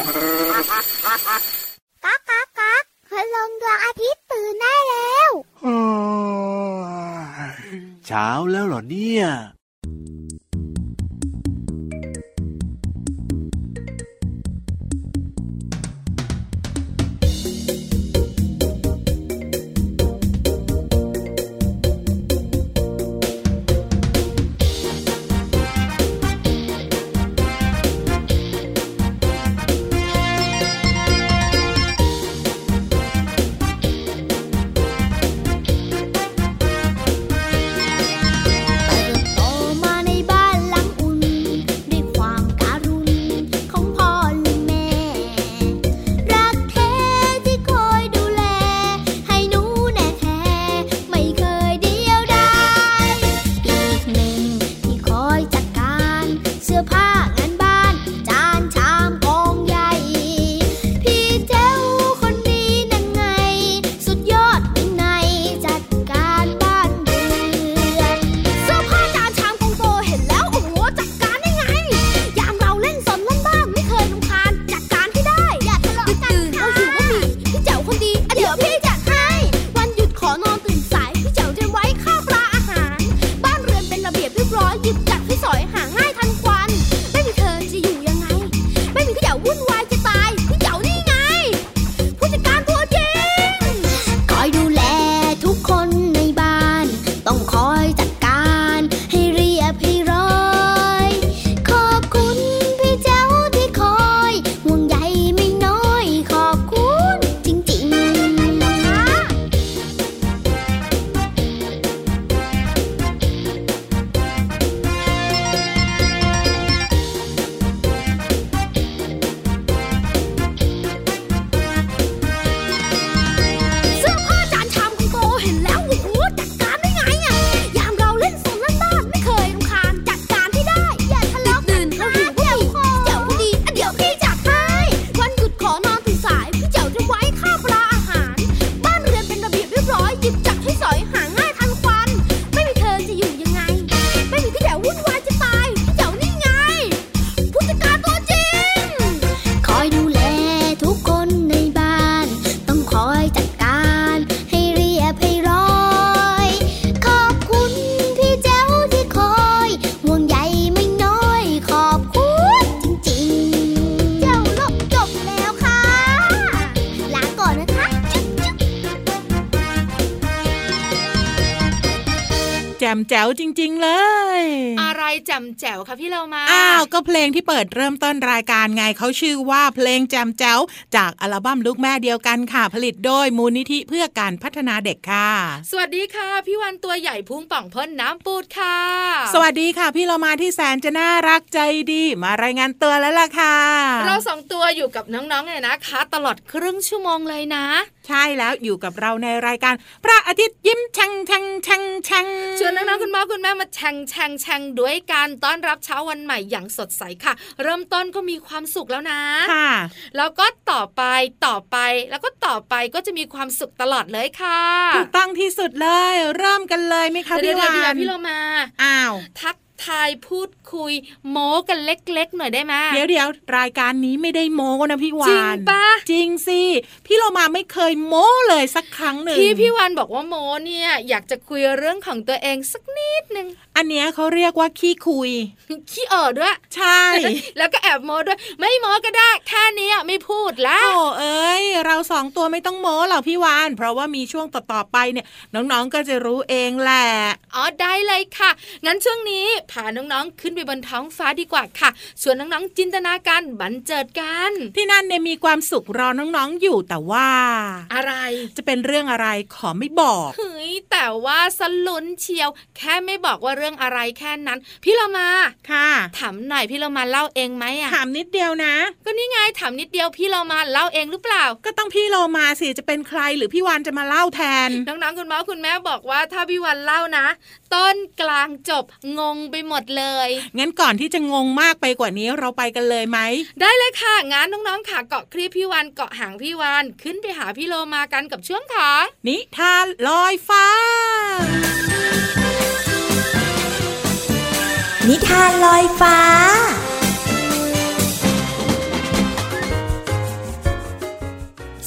ก๊ากก๊ากก๊ากพลังดวงอาทิตย์ตื่นได้แล้วเช้าแล้วเหรอเนี่ยแจ่มแจ๋วจริงๆเลยอะไรแจ่มแจ๋วคะพี่เรามาก็เพลงที่เปิดเริ่มต้นรายการไงเขาชื่อว่าเพลงแจ่มแจ๋วจากอัลบั้มลูกแม่เดียวกันค่ะผลิตโดยมูลนิธิเพื่อการพัฒนาเด็กค่ะสวัสดีค่ะพี่วันตัวใหญ่พุงป่องพ่นน้ำปูดค่ะสวัสดีค่ะพี่เรามาที่แสนจะน่ารักใจดีมารายงานตัวแล้วล่ะค่ะเราสองตัวอยู่กับน้องๆเนี่ยนะคะตลอดครึ่งชั่วโมงเลยนะใช่แล้วอยู่กับเราในรายการพระอาทิตย์ยิ้มแฉ่งแฉ่งแฉ่งแฉ่งชวนน้องๆคุณพ่อคุณแม่มาแฉ่งแฉ่งแฉ่งด้วยการต้อนรับเช้าวันใหม่อย่างสดใสค่ะเริ่มต้นก็มีความสุขแล้วนะค่ะแล้วก็ต่อไปแล้วก็ต่อไปก็จะมีความสุขตลอดเลยค่ะถูกต้องที่สุดเลยเริ่มกันเลยไหมคะพี่วานพี่เรามาทักทายพูดคุยโม้กันเล็กๆหน่อยได้ไหมเดี๋ยวรายการนี้ไม่ได้โม้นะพี่วานจริงปะจริงสิพี่เรามาไม่เคยโม้เลยสักครั้งหนึ่งพี่วานบอกว่าโม้เนี่ยอยากจะคุยเรื่องของตัวเองสักนิดนึงอันเนี้ยเขาเรียกว่าขี้คุยขี้ด้วยใช่แล้วก็แอบโม้ด้วยไม่โม้ก็ได้แค่นี้ไม่พูดแล้วโอ้เอ้ยเราสองตัวไม่ต้องโม้หรอกพี่วานเพราะว่ามีช่วงต่อๆไปเนี่ยน้องๆก็จะรู้เองแหละได้เลยค่ะงั้นช่วงนี้พาน้องๆขึ้นไปบนท้องฟ้าดีกว่าค่ะชวนน้องๆจินตนาการบันเจิดกันที่นั่นเนี่ยมีความสุขรอน้องๆอยู่แต่ว่าอะไรจะเป็นเรื่องอะไรขอไม่บอกเฮ้ยแต่ว่าสลุนเชียวแค่ไม่บอกว่าเรื่องอะไรแค่นั้นพี่เรามาค่ะถามหน่อยพี่เรามาเล่าเองไหมถามนิดเดียวนะก็นี่ไงถามนิดเดียวพี่เรามาเล่าเองหรือเปล่าก็ต้องพี่เรามาสิจะเป็นใครหรือพี่วานจะมาเล่าแทนน้องๆคุณพ่อคุณแม่บอกว่าถ้าพี่วานเล่านะต้นกลางจบงงไปหมดเลยงั้นก่อนที่จะงงมากไปกว่านี้เราไปกันเลยไหมได้เลยค่ะงั้นน้องๆค่ะเกาะคลีปพี่วานเกาะหางพี่วานขึ้นไปหาพี่โลมากันกับช่วงของนิทานลอยฟ้านิทานลอยฟ้า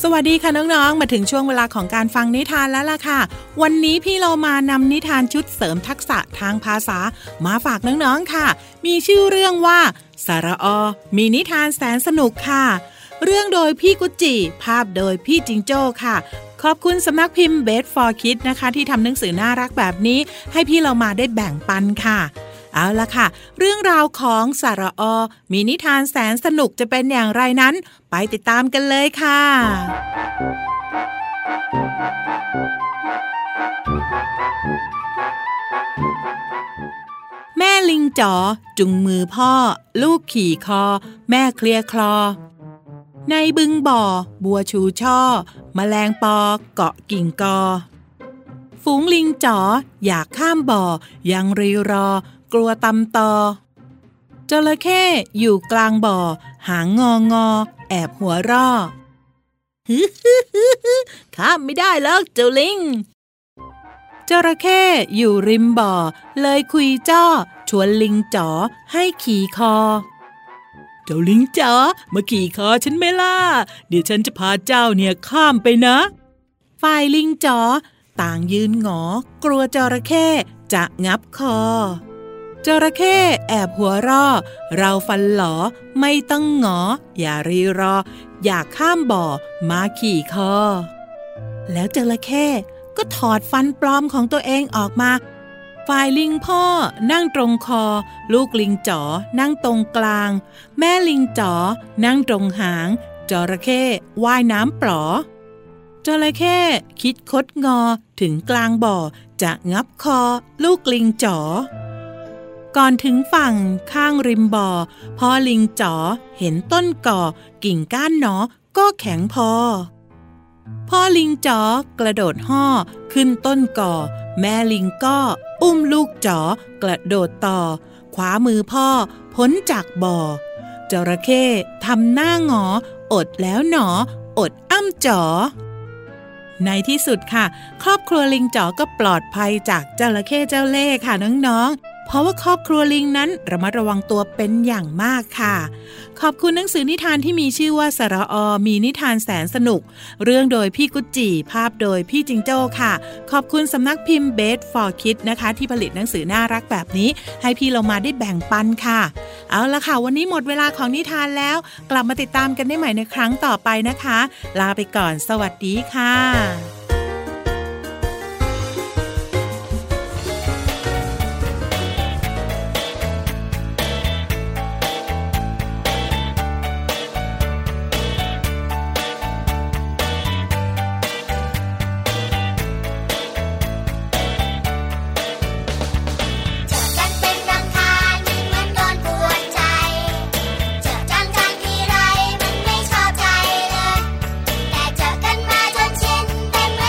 สวัสดีค่ะน้องๆมาถึงช่วงเวลาของการฟังนิทานแล้วล่ะค่ะวันนี้พี่เรามานำนิทานชุดเสริมทักษะทางภาษามาฝากน้องๆค่ะมีชื่อเรื่องว่าสระอมีนิทานแสนสนุกค่ะเรื่องโดยพี่กุจิภาพโดยพี่จิงโจ้ค่ะขอบคุณสำนักพิมพ์ Best for Kids นะคะที่ทำหนังสือน่ารักแบบนี้ให้พี่เรามาได้แบ่งปันค่ะเอาล่ะค่ะเรื่องราวของสระอมีนิทานแสนสนุกจะเป็นอย่างไรนั้นไปติดตามกันเลยค่ะแม่ลิงจ๋อจุงมือพ่อลูกขี่คอแม่เคลียร์คลอในบึงบ่อบัวชูช่อแมลงปอเกาะกิ่งกอฝูงลิงจ๋ออยากข้ามบ่อยังรีรอกลัวตำตอจระเข้อยู่กลางบ่อหางงอแอบหัวร่อข้ามไม่ได้หรอกเจ้าลิงจระเข้อยู่ริมบ่อเลยคุยจ้อชวนลิงจ๋อให้ขี่คอเจ้าลิงจ๋อมาขี่คอฉันไหมล่ะเดี๋ยวฉันจะพาเจ้าเนี่ยข้ามไปนะฝ่ายลิงจ๋อต่างยืนหงอกลัวจระเข้จะงับคอจระเข้แอบหัวร่อเราฟันหลอไม่ต้องหงออย่ารีรออยากข้ามบ่อมาขี่คอแล้วจระเข้ก็ถอดฟันปลอมของตัวเองออกมาฝ่ายลิงพ่อนั่งตรงคอลูกลิงจ๋อนั่งตรงกลางแม่ลิงจ๋อนั่งตรงหางจระเข้ว่ายน้ำปลอจระเข้คิดคดงอถึงกลางบ่อจะงับคอลูกลิงจ๋อก่อนถึงฝั่งข้างริมบ่อพ่อลิงจ๋อเห็นต้นก่อกิ่งก้านหนอก็แข็งพอพ่อลิงจ๋อกระโดดห่อขึ้นต้นก่อแม่ลิงก็อุ้มลูกจ๋อกระโดดต่อขวามือพ่อพ้นจากบ่อจระเข้ทำหน้าหงออดแล้วหนออดอ้ำจ๋อในที่สุดค่ะครอบครัวลิงจ๋อก็ปลอดภัยจากจระเข้เจ้าเล่ห์ค่ะน้องๆเพราะว่าครอบครัวลิงนั้นระมัดระวังตัวเป็นอย่างมากค่ะขอบคุณหนังสือนิทานที่มีชื่อว่าสระอมีนิทานแสนสนุกเรื่องโดยพี่กุจิภาพโดยพี่จิงโจ้ค่ะขอบคุณสำนักพิมพ์ Best for Kids นะคะที่ผลิตหนังสือน่ารักแบบนี้ให้พี่เรามาได้แบ่งปันค่ะเอาละค่ะวันนี้หมดเวลาของนิทานแล้วกลับมาติดตามกันได้ใหม่ในครั้งต่อไปนะคะลาไปก่อนสวัสดีค่ะแต่เจอกันมาจนชินเป็น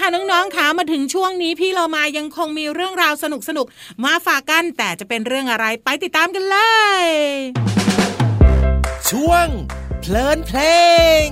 น้องๆค่ะมาถึงช่วงนี้พี่เรามายังคงมีเรื่องราวสนุกๆมาฝากกันแต่จะเป็นเรื่องอะไรไปติดตามกันเลยช่วงเพลินเพลง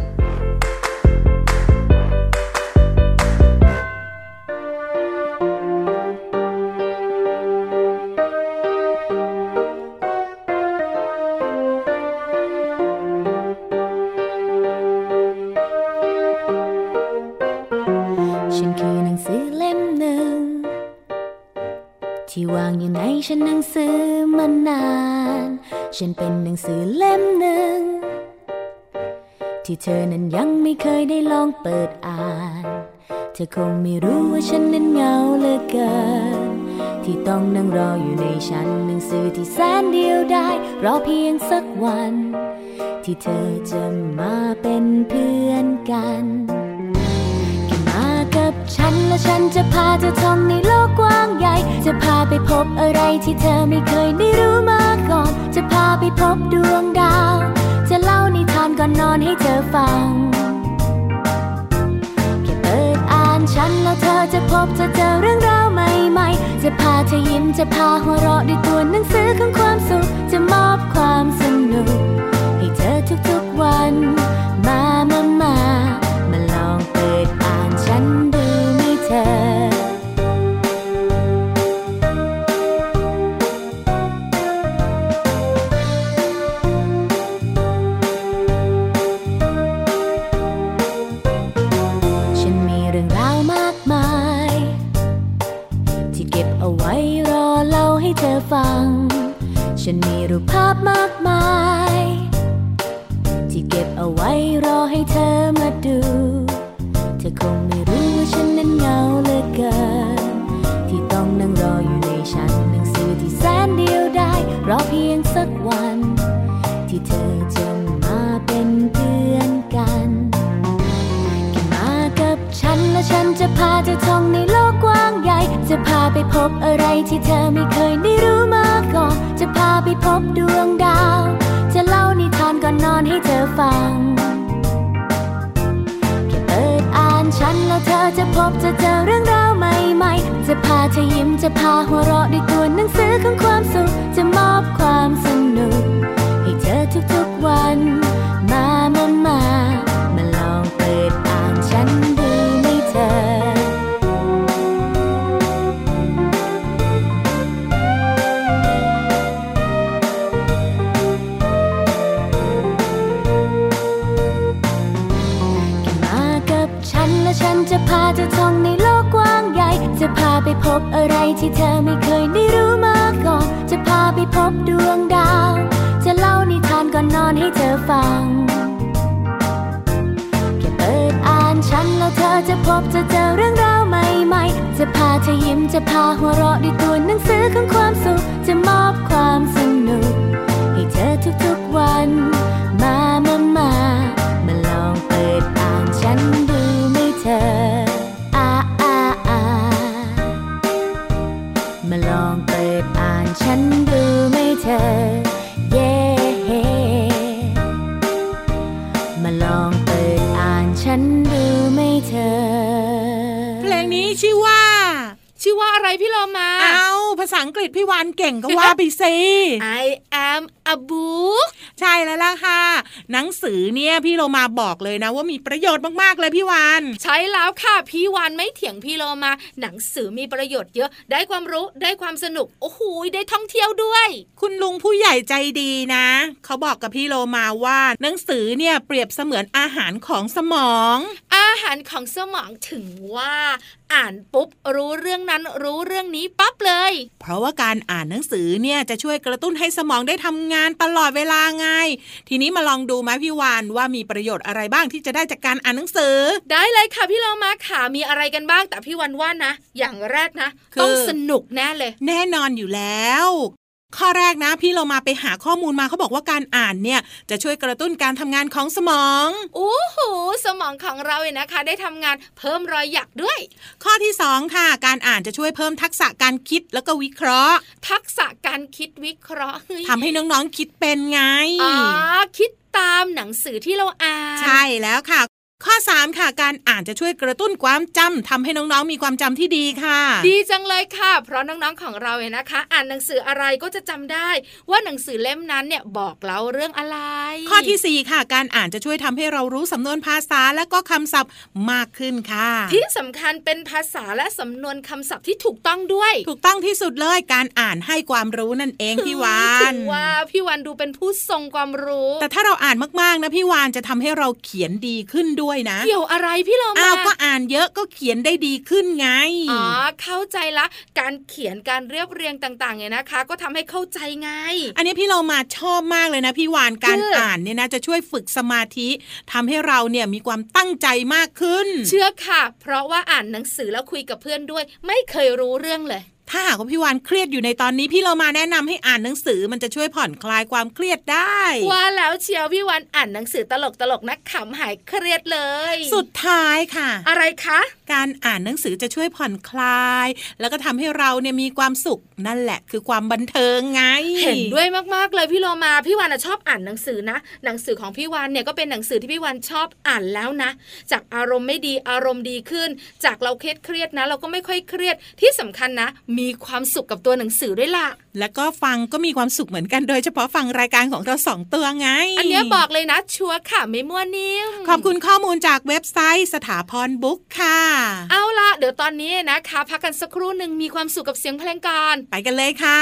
ที่วางอยู่ในชั้นหนังสือมานานฉันเป็นหนังสือเล่มหนึ่งที่เธอนั้นยังไม่เคยได้ลองเปิดอ่านเธอคงไม่รู้ว่าฉันนั้นเหงาเหลือเกินที่ต้องนั่งรออยู่ในชั้นหนังสือที่แสนเดียวดายรอเพียงสักวันที่เธอจะมาเป็นเพื่อนกันมากับฉันและฉันจะพาเธอท่องในโลกกว้างใหญ่จะพาไปพบอะไรที่เธอไม่เคยได้รู้มาก่อนจะพาไปพบดวงดาวจะเล่านิทานก่อนนอนให้เธอฟังแค่เปิดอ่านฉันแล้วเธอจะพบจะเจอเรื่องราวใหม่ๆจะพาเธอยิ้มจะพาหัวเราะด้วยตัวหนังสือของความสุขจะมอบความสนุกให้เธอทุกๆวันมาลองเปิดอ่านฉันดูไหมเธอฉันมีเรื่องราวมากมายที่เก็บเอาไว้รอเล่าให้เธอฟังฉันมีรูปภาพมากมายที่เก็บเอาไว้รอให้เธอมาดูเธอคงไม่รู้ว่าฉันนั้นเหงาเหลือเกินที่ต้องนั่งรออยู่ในชั้นหนังสือที่แสนเดียวดายรอเพียงสักวันที่เธอจะมาเป็นเพื่อนกันแค่มากับฉันและฉันจะพาเธอท่องในโลกกว้างใหญ่จะพาไปพบอะไรที่เธอไม่เคยได้รู้มาก่อนจะพาไปพบดวงดาวจะเล่านิทานก่อนนอนให้เธอฟังแค่เปิดอ่านฉันแล้วเธอจะพบจะเจอเรื่องราวใหม่ๆจะพาเธอยิ้มจะพาหัวเราะด้วยตัวหนังสือของความสุขจะมอบความสนุกให้เธอทุกๆวันมาลองเปิดอ่านฉันดูไหมเธอฉันจะพาเธอท่องในโลกกว้างใหญ่จะพาไปพบอะไรที่เธอไม่เคยได้รู้มาก่อนจะพาไปพบดวงดาวจะเล่านิทานก่อนนอนให้เธอฟังแค่เปิดอ่านฉันแล้วเธอจะพบจะเจอเรื่องราวใหม่ๆจะพาเธอยิ้มจะพาหัวเราะด้วยตัวหนังสือของความสุขจะมอบความสนุกให้เธอทุกๆวันมาลองเปิดอ่านฉันดูเธอมาลองเปิดอ่านฉันดูไหมเธอเย่มาลองเปิดอ่านฉันดูไหมเธอเพลงนี้ชื่อว่าอะไรพี่โลมาภาษาอังกฤษพี่วานเก่งก็ว่าไปสิ I am a book ใช่แล้วล่ะค่ะหนังสือเนี่ยพี่โลมาบอกเลยนะว่ามีประโยชน์มากๆเลยพี่วานใช่แล้วค่ะพี่วานไม่เถียงพี่โลมาหนังสือมีประโยชน์เยอะได้ความรู้ได้ความสนุกโอ้โหได้ท่องเที่ยวด้วยคุณลุงผู้ใหญ่ใจดีนะเขาบอกกับพี่โลมาว่าหนังสือเนี่ยเปรียบเสมือนอาหารของสมองอาหารของสมองถึงว่าอ่านปุ๊บรู้เรื่องนั้นรู้เรื่องนี้ปั๊บเลยเพราะว่าการอ่านหนังสือเนี่ยจะช่วยกระตุ้นให้สมองได้ทำงานตลอดเวลาไงทีนี้มาลองดูไหมพี่วานว่ามีประโยชน์อะไรบ้างที่จะได้จากการอ่านหนังสือได้เลยค่ะพี่เรามาค่ะมีอะไรกันบ้างแต่พี่วานว่านะอย่างแรกนะต้องสนุกแน่เลยแน่นอนอยู่แล้วข้อแรกนะพี่เรามาไปหาข้อมูลมาเขาบอกว่าการอ่านเนี่ยจะช่วยกระตุ้นการทำงานของสมองโอ้โหสมองของเราเนี่ยนะคะได้ทำงานเพิ่มรอยหยักด้วยข้อที่2ค่ะการอ่านจะช่วยเพิ่มทักษะการคิดแล้วก็วิเคราะห์ทักษะการคิดวิเคราะห์ทำให้น้องๆคิดเป็นไงคิดตามหนังสือที่เราอ่านใช่แล้วค่ะข้อ3ค่ะการอ่านจะช่วยกระตุ้นความจำทำให้น้องๆมีความจำที่ดีค่ะดีจังเลยค่ะเพราะน้องๆของเราเนี่ยนะคะอ่านหนังสืออะไรก็จะจำได้ว่าหนังสือเล่มนั้นเนี่ยบอกเล่าเรื่องอะไรข้อที่4ค่ะการอ่านจะช่วยทำให้เรารู้สำนวนภาษาและก็คำศัพท์มากขึ้นค่ะที่สำคัญเป็นภาษาและสำนวนคำศัพท์ที่ถูกต้องด้วยถูกต้องที่สุดเลยการอ่านให้ความรู้นั่นเองพี่วานถึงว่าพี่วานดูเป็นผู้ทรงความรู้แต่ถ้าเราอ่านมากๆนะพี่วานจะทำให้เราเขียนดีขึ้นด้วยนะเกี่ยวอะไรพี่เรามาก็อ่านเยอะก็เขียนได้ดีขึ้นไงอ๋อเข้าใจละการเขียนการเรียบเรียงต่างๆเนี่ยนะคะก็ทำให้เข้าใจไงอันนี้พี่เรามาชอบมากเลยนะพี่วานการอ่านเนี่ยนะจะช่วยฝึกสมาธิทำให้เราเนี่ยมีความตั้งใจมากขึ้นเชื่อค่ะเพราะว่าอ่านหนังสือแล้วคุยกับเพื่อนด้วยไม่เคยรู้เรื่องเลยถ้าหากว่าพี่วานเครียดอยู่ในตอนนี้พี่เรามาแนะนำให้อ่านหนังสือมันจะช่วยผ่อนคลายความเครียดได้ว่าแล้วเชียวพี่วานอ่านหนังสือตลกๆนะขำหายเครียดเลยสุดท้ายค่ะอะไรคะการอ่านหนังสือจะช่วยผ่อนคลายแล้วก็ทำให้เราเนี่ยมีความสุขนั่นแหละคือความบันเทิงไงเห็นด้วยมากๆเลยพี่โลมาพี่วานชอบอ่านหนังสือนะหนังสือของพี่วานเนี่ยก็เป็นหนังสือที่พี่วานชอบอ่านแล้วนะจากอารมณ์ไม่ดีอารมณ์ดีขึ้นจากเราเครียดนะเราก็ไม่ค่อยเครียดที่สำคัญนะมีความสุขกับตัวหนังสือด้วยล่ะแล้วก็ฟังก็มีความสุขเหมือนกันโดยเฉพาะฟังรายการของเรา2ตัวไงอันนี้บอกเลยนะชัวร์ค่ะไม่มั่วนิ่มขอบคุณข้อมูลจากเว็บไซต์สถาพรบุ๊กค่ะเอาล่ะเดี๋ยวตอนนี้นะคะพักกันสักครู่นึงมีความสุขกับเสียงเพลงก่อนไปกันเลยค่ะ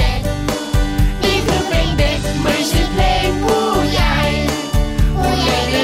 ไ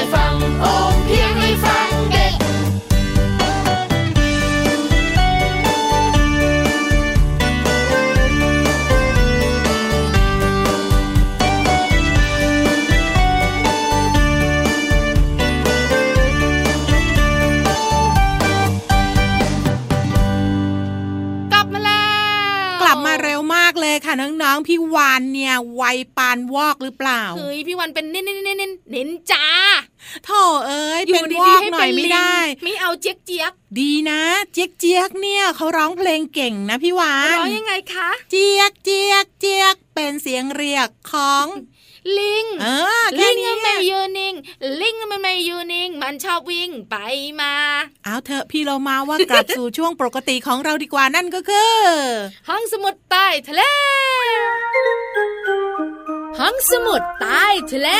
องพี่วานเนี่ยไวปานวอกหรือเปล่าเฮ้ยพี่วานเป็นนินจาโธ่เอ้ยเป็นวอกหน่อยไม่ได้ไม่เอาเจี๊ยกดีนะเจี๊ยกเนี่ยเขาร้องเพลงเก่งนะพี่วานร้องยังไงคะเจี๊ยกเป็นเสียงเรียกของลิงลิงมันไม่ยืนนิ่งลิงมันไม่ยืนนิ่งมันชอบวิ่งไปมาเอาเถอะพี่เรามาว่ากลับสู่ช่วงปกติของเราดีกว่านั่นก็คือห้องสมุดใต้ทะเลห้องสมุดใต้ทะเล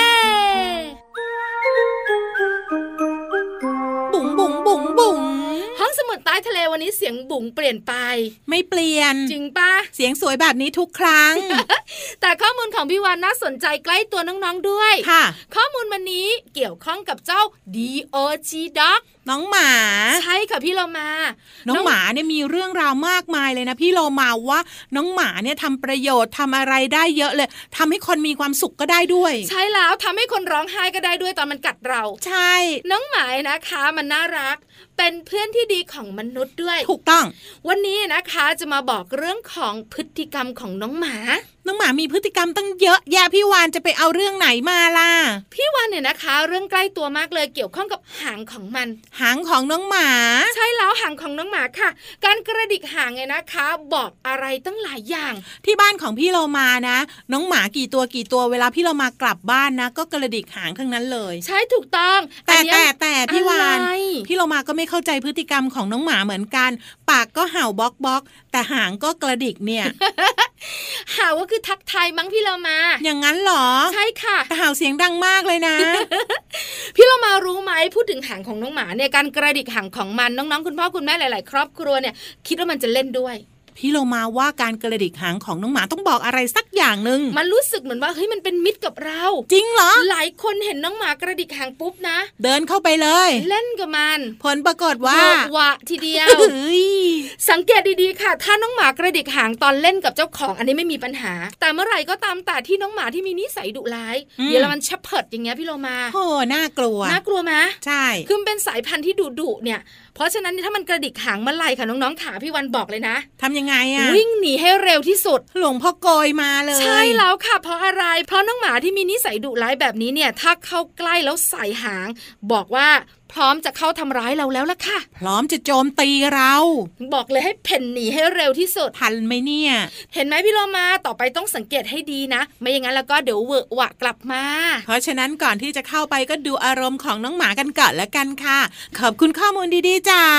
บุ๋งห้องสมุดใต้ทะเลวันนี้เสียงบุ๋งเปลี่ยนไปไม่เปลี่ยนจริงปะเสียงสวยแบบนี้ทุกครั้งแต่ข้อมูลของพี่วานน่าสนใจใกล้ตัวน้องๆด้วยค่ะข้อมูลวันนี้เกี่ยวข้องกับเจ้า DOG Dog น้องหมาใช่ค่ะพี่โลมาน้องหมาเนี่ยมีเรื่องราวมากมายเลยนะพี่โลมาว่าน้องหมาเนี่ยทำประโยชน์ทำอะไรได้เยอะเลยทำให้คนมีความสุขก็ได้ด้วยใช่แล้วทำให้คนร้องไห้ก็ได้ด้วยตอนมันกัดเราใช่น้องหมานะคะมันน่ารักเป็นเพื่อนที่ดีของมนุษย์ด้วยถูกต้องวันนี้นะคะจะมาบอกเรื่องของพฤติกรรมของน้องหมามีพฤติกรรมตั้งเยอะแยะพี่วานจะไปเอาเรื่องไหนมาล่ะพี่วานเนี่ยนะคะเรื่องใกล้ตัวมากเลยเกี่ยวข้องกับหางของมันหางของน้องหมาใช่แล้วหางของน้องหมาค่ะการกระดิกหางไงนะคะบอกอะไรตั้งหลายอย่างที่บ้านของพี่โลมานะน้องหมากี่ตัวเวลาพี่โลมากลับบ้านนะก็กระดิกหางทั้งนั้นเลยใช่ถูกต้องแต่พี่วานพี่โลมาก็ไม่เข้าใจพฤติกรรมของน้องหมาเหมือนกันปากก็เห่าบล็อกแต่หางก็กระดิกเนี่ยเห่าก็คือทักทายมั้งพี่โลมาอย่างนั้นหรอใช่ค่ะแต่เห่าเสียงดังมากเลยนะพี่โลมารู้ไหมพูดถึงหางของน้องหมาเนี่ยการกระดิกหางของมันน้องๆคุณพ่อคุณแม่หลายๆครอบครัวเนี่ยคิดว่ามันจะเล่นด้วยพี่โลมาว่าการกระดิกหางของน้องหมาต้องบอกอะไรสักอย่างนึงมันรู้สึกเหมือนว่าเฮ้ยมันเป็นมิตรกับเราจริงเหรอหลายคนเห็นน้องหมากระดิกหางปุ๊บนะเดินเข้าไปเลยเล่นกับมันผลปรากฏว่าวะทีเดียว สังเกตดีๆค่ะถ้าน้องหมากระดิกหางตอนเล่นกับเจ้าของอันนี้ไม่มีปัญหาแต่เมื่อไหร่ก็ตามแต่ที่น้องหมาที่มีนิสัยดุร้ายเดี๋ยวมันชับเพิดอย่างเงี้ยพี่โลมาโอ้น่ากลัวไหมใช่คือเป็นสายพันธุ์ที่ดุเนี่ยเพราะฉะนั้นถ้ามันกระดิกหางเมื่อไหร่ค่ะน้องๆขาพี่วันบอกเลยนะทำยังไงอะวิ่งหนีให้เร็วที่สุดหลวงพ่อโกยมาเลยใช่แล้วค่ะเพราะอะไรเพราะน้องหมาที่มีนิสัยดุร้ายแบบนี้เนี่ยถ้าเข้าใกล้แล้วใส่หางบอกว่าพร้อมจะเข้าทำร้ายเราแล้วล่ะค่ะพร้อมจะโจมตีเราบอกเลยให้เพ่นหนีให้เร็วที่สุดทันไหมเนี่ยเห็นไหมพี่โลมาต่อไปต้องสังเกตให้ดีนะไม่อย่างนั้นแล้วก็เดี๋ยวเวอะหวะกลับมาเพราะฉะนั้นก่อนที่จะเข้าไปก็ดูอารมณ์ของน้องหมากันก่อนแล้วกันค่ะขอบคุณข้อมูลดีๆจาก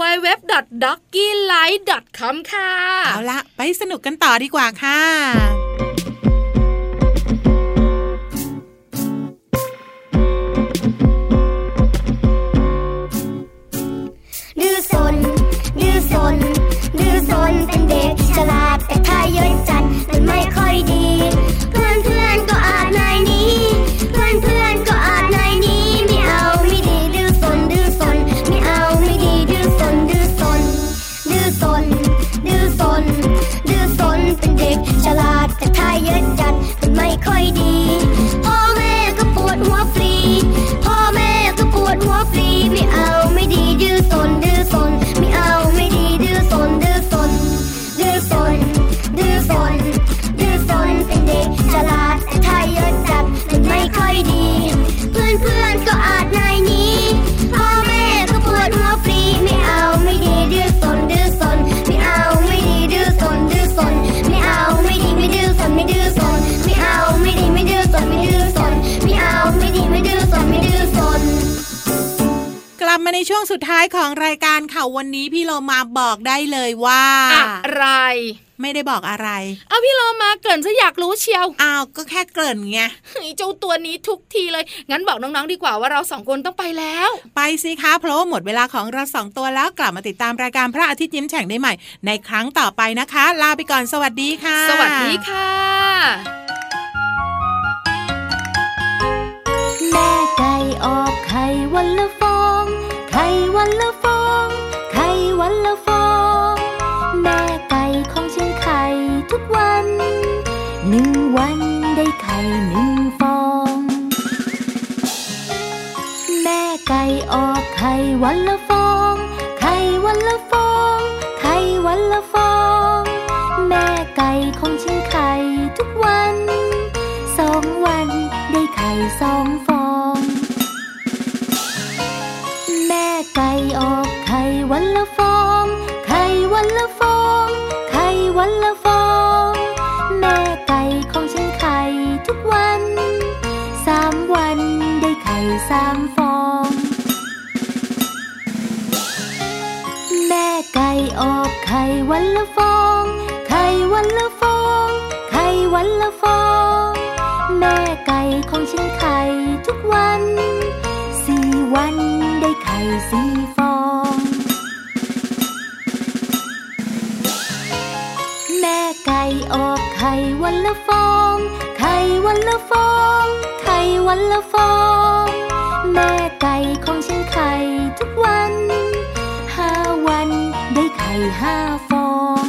www.doggylife.com ค่ะเอาละไปสนุกกันต่อดีกว่าค่ะดื้อซนเป็นเด็กฉลาดแต่ถ้าเยอะจัดมันไม่ค่อยดีเพื่อนก็อาจนายนี้เพื่อนก็อาจนายนี้ไม่เอาไม่ดีดื้อซนไม่เอาไม่ดีดื้อซนเป็นเด็กฉลาดแต่ถ้าเยอะจัดมันไม่ค่อยดีพ่อแม่ก็ปวดหัวฟรีไม่เอาไม่ดีดื้อซนไม่เอาไม่ดีดื้อซนเป็นเด็กฉลาดแต่ถ้าเยอะจัดมันไม่ค่อยดีเพื่อนก็อาจนายนี้พ่อแม่ก็ปวดหัวฟรีไม่เอาไม่ดีดื้อซนไม่เอาไม่ดีดื้อซนไม่เอาไม่ดีไม่ดื้อซนไม่เอาไม่ดีไม่ดื้อซนไม่เอาไม่ดีไม่ดื้อซนกลับมาในช่วงสุดท้ายของรายการค่ะวันนี้พี่โลมาบอกได้เลยว่าอะไรไม่ได้บอกอะไรเอาพี่โลมาเกริ่นซะอยากรู้เชียวอ้าวก็แค่เกริ่นไงเจ้าตัวนี้ทุกทีเลยงั้นบอกน้องๆดีกว่าว่าเราสองคนต้องไปแล้วไปสิคะเพราะว่าหมดเวลาของเราสองตัวแล้วกลับมาติดตามรายการพระอาทิตย์ยิ้มแฉ่งได้ใหม่ในครั้งต่อไปนะคะลาไปก่อนสวัสดีค่ะสวัสดีค่ะแม่ไก่ออกไข่วันละฟองไข่วันละฟองไข่วันละฟองแม่ไก่ของฉันไข่ทุกวัน1 วันได้ไข่1 ฟองแม่ไก่ออกไข่วันละฟองไข่วันละฟองไข่วันละฟองแม่ไก่ของฉันไข่ทุก 2 ฟองแม่ไก่ออกไข่วันละฟองไข่วันละฟองไข่วันละฟองแม่ไก่ของฉันไข่ทุกวัน3 วันได้ไข่3 ฟองแม่ไก่ออกไข่วันละฟองไข่วันละฟองไข่วันละฟองแม่ไก่ของฉันไข่ทุกวัน4 วันได้ไข่4 ฟองแม่ไก่ออกไข่วันละฟองไข่วันละฟองไข่วันละฟองแม่ไก่ของฉันไข่ทุกวัน5 วันได้ไข่5 ฟอง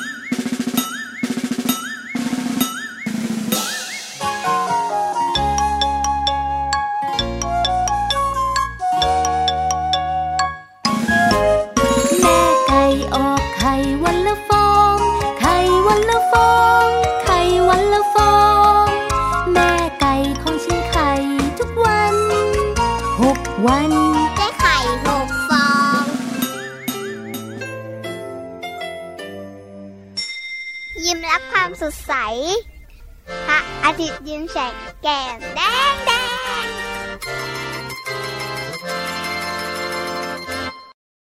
แม่ไก่ออกไข่วันละฟองไข่วันละฟองไข่วันละฟองแม่ไก่ของฉันไข่ทุกวัน6 วันได้ไข่6 ฟองยิ้มรับความสดใสพระอาทิตย์ยิ้มแฉกแก้มแดง